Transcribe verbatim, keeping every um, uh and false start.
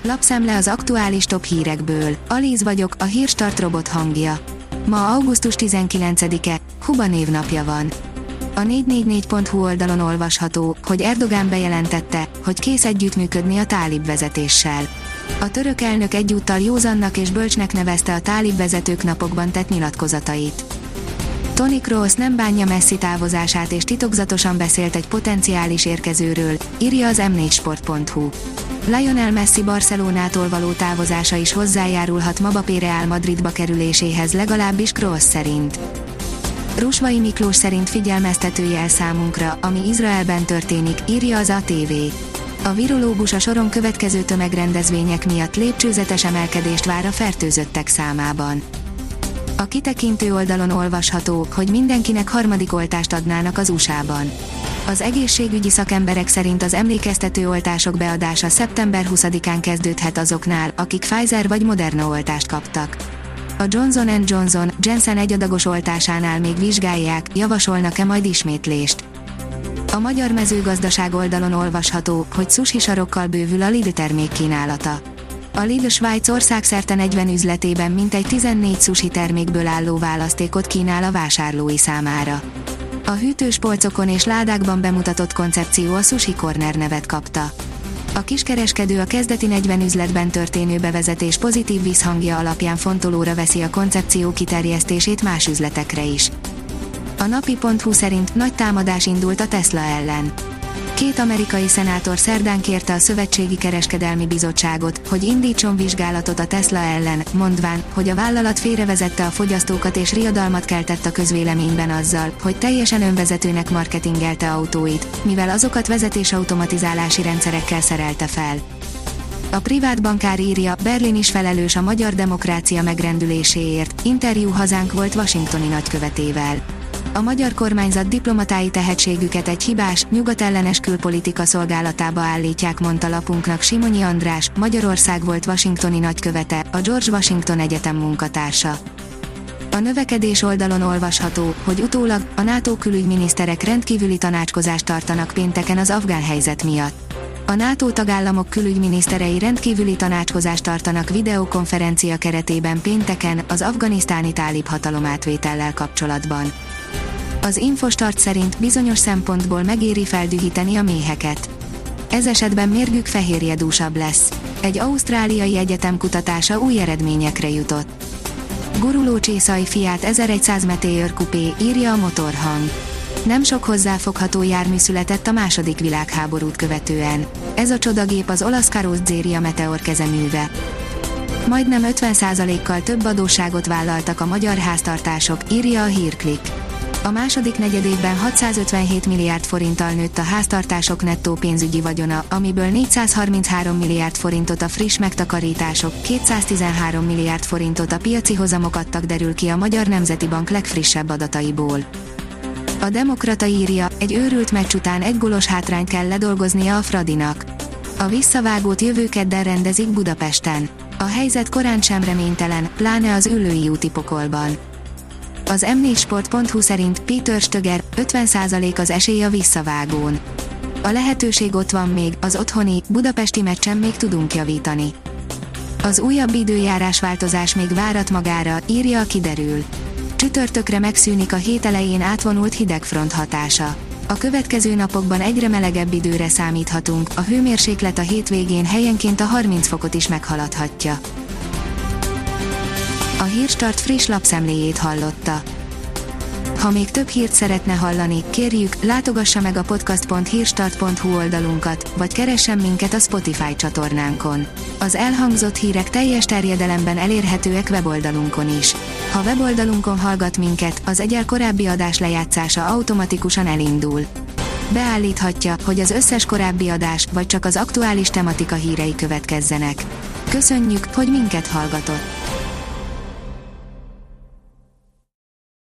Lapszemle az aktuális top hírekből. Alíz vagyok, a Hírstart robot hangja. Ma augusztus tizenkilencedike, Huba névnapja van. A négy négy négy pont hu oldalon olvasható, hogy Erdogán bejelentette, hogy kész együttműködni a tálib vezetéssel. A török elnök egyúttal józannak és bölcsnek nevezte a tálib vezetők napokban tett nyilatkozatait. Toni Kroos nem bánja Messi távozását és titokzatosan beszélt egy potenciális érkezőről, írja az em négy sport pont hu. Lionel Messi Barcelonától való távozása is hozzájárulhat Mbappé Real Madridba kerüléséhez, legalábbis Kroos szerint. Rusvai Miklós szerint figyelmeztető jel számunkra, ami Izraelben történik, írja az á té vé. A virológus a soron következő tömegrendezvények miatt lépcsőzetes emelkedést vár a fertőzöttek számában. A kitekintő oldalon olvasható, hogy mindenkinek harmadik oltást adnának az u es á-ban. Az egészségügyi szakemberek szerint az emlékeztető oltások beadása szeptember huszadikán kezdődhet azoknál, akik Pfizer vagy Moderna oltást kaptak. A Johnson and Johnson, Janssen egyadagos oltásánál még vizsgálják, javasolnak-e majd ismétlést. A magyar mezőgazdaság oldalon olvasható, hogy sushi sarokkal bővül a Lidl termékkínálata. A Lidl Svájc országszerte negyven üzletében mintegy tizennégy sushi termékből álló választékot kínál a vásárlói számára. A hűtős polcokon és ládákban bemutatott koncepció a Sushi Corner nevet kapta. A kiskereskedő a kezdeti negyven üzletben történő bevezetés pozitív visszhangja alapján fontolóra veszi a koncepció kiterjesztését más üzletekre is. A napi pont hu szerint nagy támadás indult a Tesla ellen. Két amerikai szenátor szerdán kérte a Szövetségi Kereskedelmi Bizottságot, hogy indítson vizsgálatot a Tesla ellen, mondván, hogy a vállalat félrevezette a fogyasztókat és riadalmat keltett a közvéleményben azzal, hogy teljesen önvezetőnek marketingelte autóit, mivel azokat vezetésautomatizálási rendszerekkel szerelte fel. A privát bankár írja, Berlin is felelős a magyar demokrácia megrendüléséért, interjú hazánk volt washingtoni nagykövetével. A magyar kormányzat diplomatái tehetségüket egy hibás, nyugatellenes külpolitika szolgálatába állítják, mondta lapunknak Simonyi András, Magyarország volt washingtoni nagykövete, a George Washington Egyetem munkatársa. A növekedés oldalon olvasható, hogy utólag a NATO külügyminiszterek rendkívüli tanácskozást tartanak pénteken az afgán helyzet miatt. A NATO tagállamok külügyminiszterei rendkívüli tanácskozást tartanak videokonferencia keretében pénteken az afganisztáni tálib hatalomátvétellel kapcsolatban. Az Infostart szerint bizonyos szempontból megéri feldühíteni a méheket. Ez esetben mérgük fehérjedúsabb lesz. Egy ausztráliai egyetem kutatása új eredményekre jutott. Guruló csészai Fiat ezerszáz Meteor Coupé, írja a Motorhang. Nem sok hozzáfogható jármű született a második világháborút követően. Ez a csodagép az olasz Carrozzeria Meteor kezeműve. Majdnem ötven százalékkal több adósságot vállaltak a magyar háztartások, írja a Hírklik. A második negyedévben hatszázötvenhét milliárd forinttal nőtt a háztartások nettó pénzügyi vagyona, amiből négyszázharminchárom milliárd forintot a friss megtakarítások, kétszáztizenhárom milliárd forintot a piaci hozamok adtak, derül ki a Magyar Nemzeti Bank legfrissebb adataiból. A Demokrata írja, egy őrült meccs után egy gólos hátrányt kell ledolgoznia a Fradinak. A visszavágót jövő kedden rendezik Budapesten. A helyzet korán sem reménytelen, pláne az Üllői úti pokolban. Az em négy sport pont hu szerint Péter Stöger, ötven százalék az esély a visszavágón. A lehetőség ott van még, az otthoni, budapesti meccsen még tudunk javítani. Az újabb időjárás változás még várat magára, írja a Kiderül. Csütörtökre megszűnik a hét elején átvonult hidegfront hatása. A következő napokban egyre melegebb időre számíthatunk, a hőmérséklet a hétvégén helyenként a harminc fokot is meghaladhatja. A Hírstart friss lapszemléjét hallotta. Ha még több hírt szeretne hallani, kérjük, látogassa meg a podcast pont hírstart pont hu oldalunkat, vagy keressen minket a Spotify csatornánkon. Az elhangzott hírek teljes terjedelemben elérhetőek weboldalunkon is. Ha weboldalunkon hallgat minket, az egyel korábbi adás lejátszása automatikusan elindul. Beállíthatja, hogy az összes korábbi adás, vagy csak az aktuális tematika hírei következzenek. Köszönjük, hogy minket hallgatott!